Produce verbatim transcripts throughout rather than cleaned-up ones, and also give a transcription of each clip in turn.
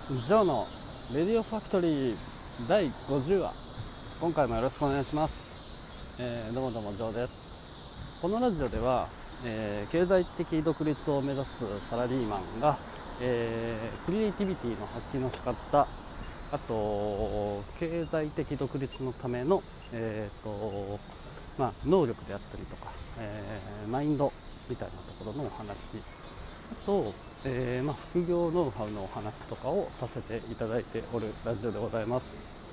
ジョーのレディオファクトリーだいごじゅうわ、今回もよろしくお願いします。えー、どうもどうもジョーです。このラジオでは、えー、経済的独立を目指すサラリーマンが、えー、クリエイティビティの発揮の仕方、あと経済的独立のための、えーとまあ、能力であったりとか、えー、マインドみたいなところのお話、あと、えーまあ、副業ノウハウのお話とかをさせていただいておるラジオでございます。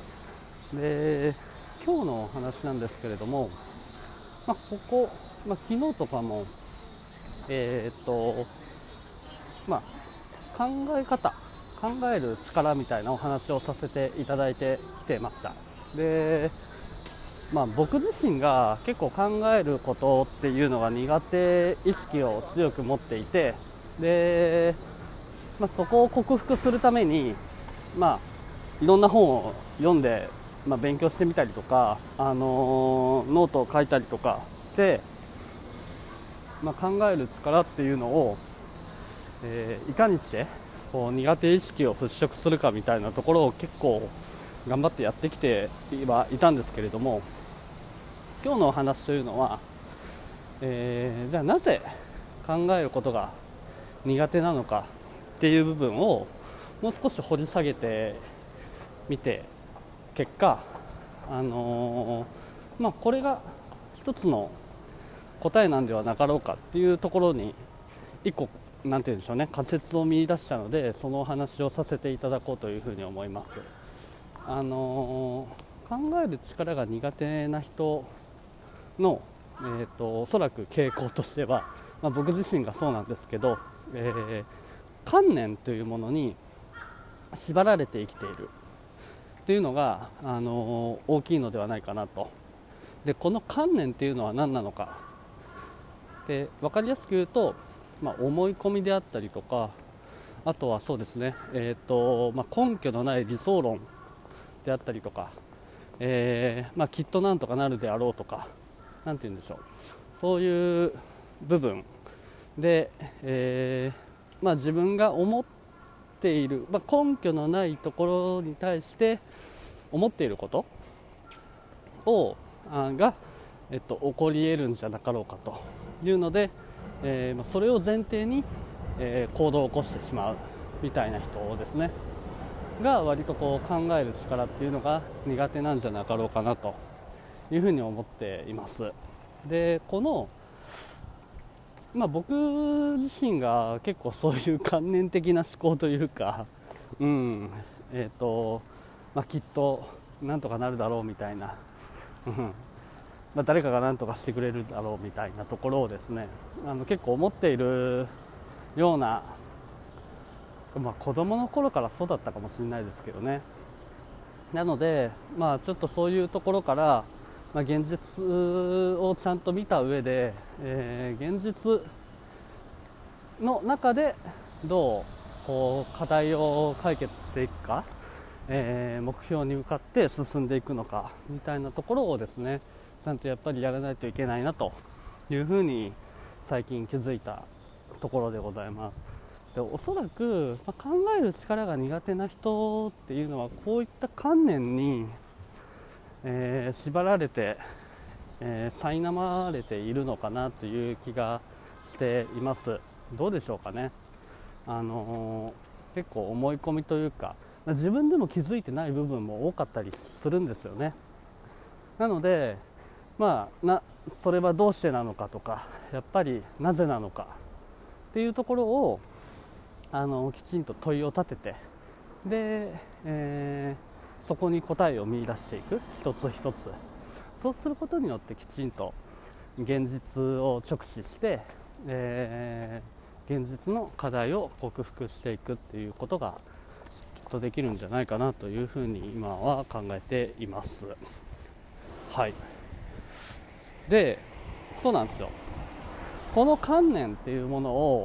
で、今日のお話なんですけれども、まあ、ここ、まあ、昨日とかも、えーっとまあ、考え方考える力みたいなお話をさせていただいてきてました。で、まあ、僕自身が結構考えることっていうのが苦手意識を強く持っていて、で、まあ、そこを克服するために、まあ、いろんな本を読んで、まあ、勉強してみたりとか、あのーノートを書いたりとかして、まあ、考える力っていうのを、えーいかにしてこう苦手意識を払拭するかみたいなところを結構頑張ってやってきてはいたんですけれども、今日のお話というのは、えー、じゃあなぜ考えることが苦手なのかっていう部分をもう少し掘り下げてみて、結果、あのーまあ、これが一つの答えなんではなかろうかっていうところに一個なんて言うんでしょうね、仮説を見出したので、そのお話をさせていただこうというふうに思います。あのー考える力が苦手な人の、えー、とおそらく傾向としては、まあ、僕自身がそうなんですけど、えー観念というものに縛られて生きているというのが、あのー大きいのではないかなと。で、この観念というのは何なのかで、分かりやすく言うと、まあ、思い込みであったりとか、あとはそうですね、えーとまあ、根拠のない理想論であったりとか、えーまあ、きっとなんとかなるであろうとか、なんて言うんでしょう、そういう部分で、えーまあ、自分が思っている、まあ、根拠のないところに対して思っていることをあが、えっと、起こり得るんじゃなかろうかというので、えーまあ、それを前提に、えー行動を起こしてしまうみたいな人ですねが、割とこう考える力っていうのが苦手なんじゃなかろうかなというふうに思っています。で、この、まあ、僕自身が結構そういう観念的な思考というか、うんえーとまあ、きっとなんとかなるだろうみたいな、うんまあ、誰かが何とかしてくれるだろうみたいなところをですね、あの結構思っているような、まあ、子供の頃からそうだったかもしれないですけどね。なので、まあ、ちょっとそういうところから、まあ、現実をちゃんと見た上で、えー現実の中でどうこう課題を解決していくか、えー目標に向かって進んでいくのかみたいなところをですね、ちゃんとやっぱりやらないといけないなというふうに最近気づいたところでございます。で、おそらく、まあ、考える力が苦手な人っていうのはこういった観念に、えー縛られて、えー、苛まれているのかなという気がしています。どうでしょうかね。あのー結構思い込みというか、まあ自分でも気づいてない部分も多かったりするんですよね。なので、まあ、なそれはどうしてなのかとか、やっぱりなぜなのかっていうところを、あのきちんと問いを立てて、で、えーそこに答えを見出していく、一つ一つ。そうすることによってきちんと現実を直視して、えー現実の課題を克服していくっていうことがきっとできるんじゃないかなというふうに今は考えています。はい。で、そうなんですよ。この観念っていうものを、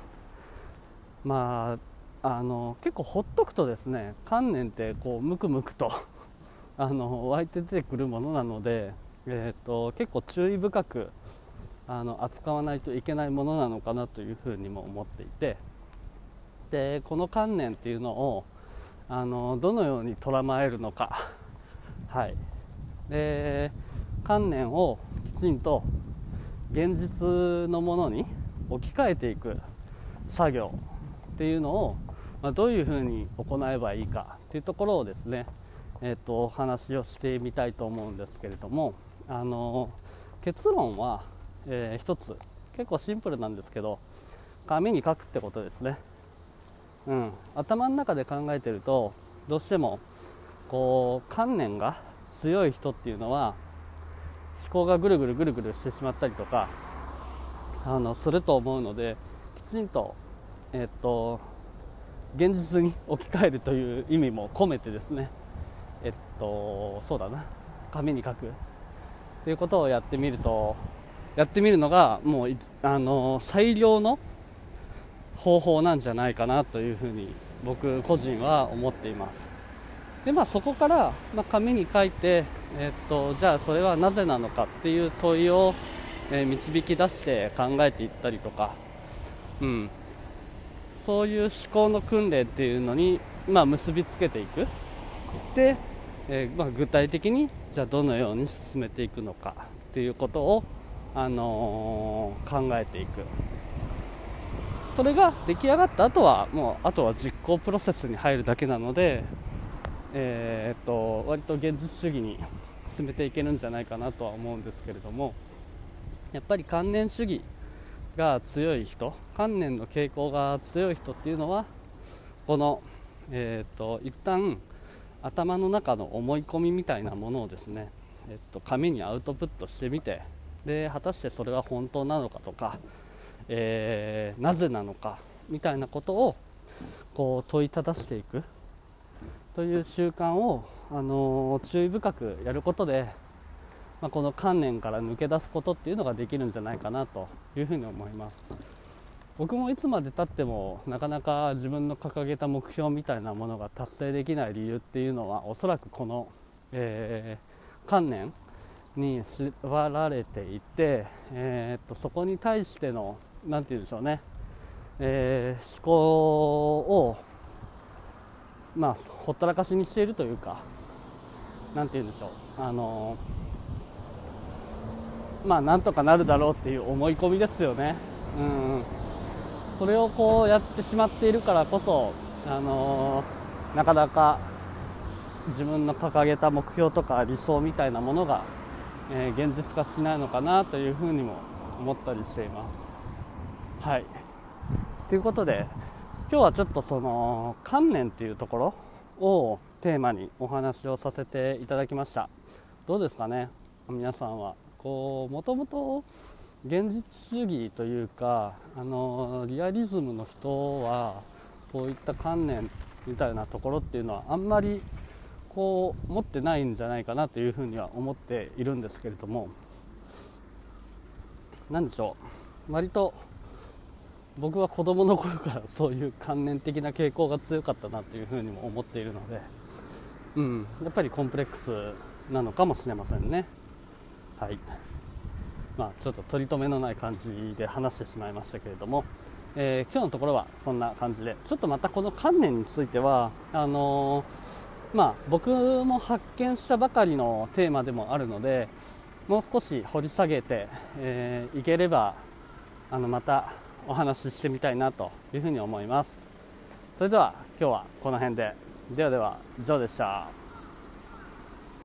まあ、あの結構ほっとくとですね、観念ってこうムクムクとあの湧いて出てくるものなので、えー、と結構注意深くあの扱わないといけないものなのかなというふうにも思っていて、でこの観念っていうのを、 あのどのように捉まえるのか、はい、で観念をきちんと現実のものに置き換えていく作業っていうのを、まあ、どういうふうに行えばいいかっていうところをですね、えー、とお話をしてみたいと思うんですけれども、あの結論は、えー、一つ結構シンプルなんですけど、紙に書くってことですね。うん、頭の中で考えてるとどうしてもこう観念が強い人っていうのは思考がぐるぐるぐるぐるしてしまったりとかあのすると思うので、きちんと、えー、っと現実に置き換えるという意味も込めてですね、えっとそうだな紙に書くっていうことをやってみるとやってみるのがもうあの最良の方法なんじゃないかなというふうに僕個人は思っています。で、まあ、そこから、まあ、紙に書いて、えー、っとじゃあそれはなぜなのかっていう問いを、えー、導き出して考えていったりとか、うん、そういう思考の訓練っていうのに、まあ、結びつけていく。で、えーまあ、具体的にじゃあどのように進めていくのかっていうことを、あのー、考えていく。それが出来上がった後はもうあとは実行プロセスに入るだけなので、えー、っと割と現実主義に進めていけるんじゃないかなとは思うんですけれども、やっぱり観念主義が強い人、観念の傾向が強い人っていうのはこの、えー、っと一旦頭の中の思い込みみたいなものをですね、えー、っと紙にアウトプットしてみて、で果たしてそれは本当なのかとか、えー、なぜなのかみたいなことをこう問いただしていくという習慣を、あのー、注意深くやることで、まあ、この観念から抜け出すことっていうのができるんじゃないかなというふうに思います。僕もいつまで経ってもなかなか自分の掲げた目標みたいなものが達成できない理由っていうのは、おそらくこの、えー、観念に縛られていて、えー、っとそこに対してのなんて言うんでしょうね、えー、思考をまあほったらかしにしているというか、なんて言うんでしょう、あのー、まあなんとかなるだろうっていう思い込みですよね。うん、それをこうやってしまっているからこそ、あのー、なかなか自分の掲げた目標とか理想みたいなものが、えー、現実化しないのかなというふうにも思ったりしています。はい、ということで今日はちょっとその観念っていうところをテーマにお話をさせていただきました。どうですかね、皆さんはこうもともと現実主義というか、あのリアリズムの人はこういった観念みたいなところっていうのはあんまりこう持ってないんじゃないかなというふうには思っているんですけれども、なんでしょう、割と僕は子供の頃からそういう観念的な傾向が強かったなというふうにも思っているので、うん、やっぱりコンプレックスなのかもしれませんね。はい、まあ、ちょっと取り留めのない感じで話してしまいましたけれども、えー、今日のところはそんな感じで、ちょっとまたこの観念についてはあのーまあ、僕も発見したばかりのテーマでもあるので、もう少し掘り下げて、えー、いければあのまたお話ししてみたいなというふうに思います。それでは今日はこの辺で、ではではジョーでした。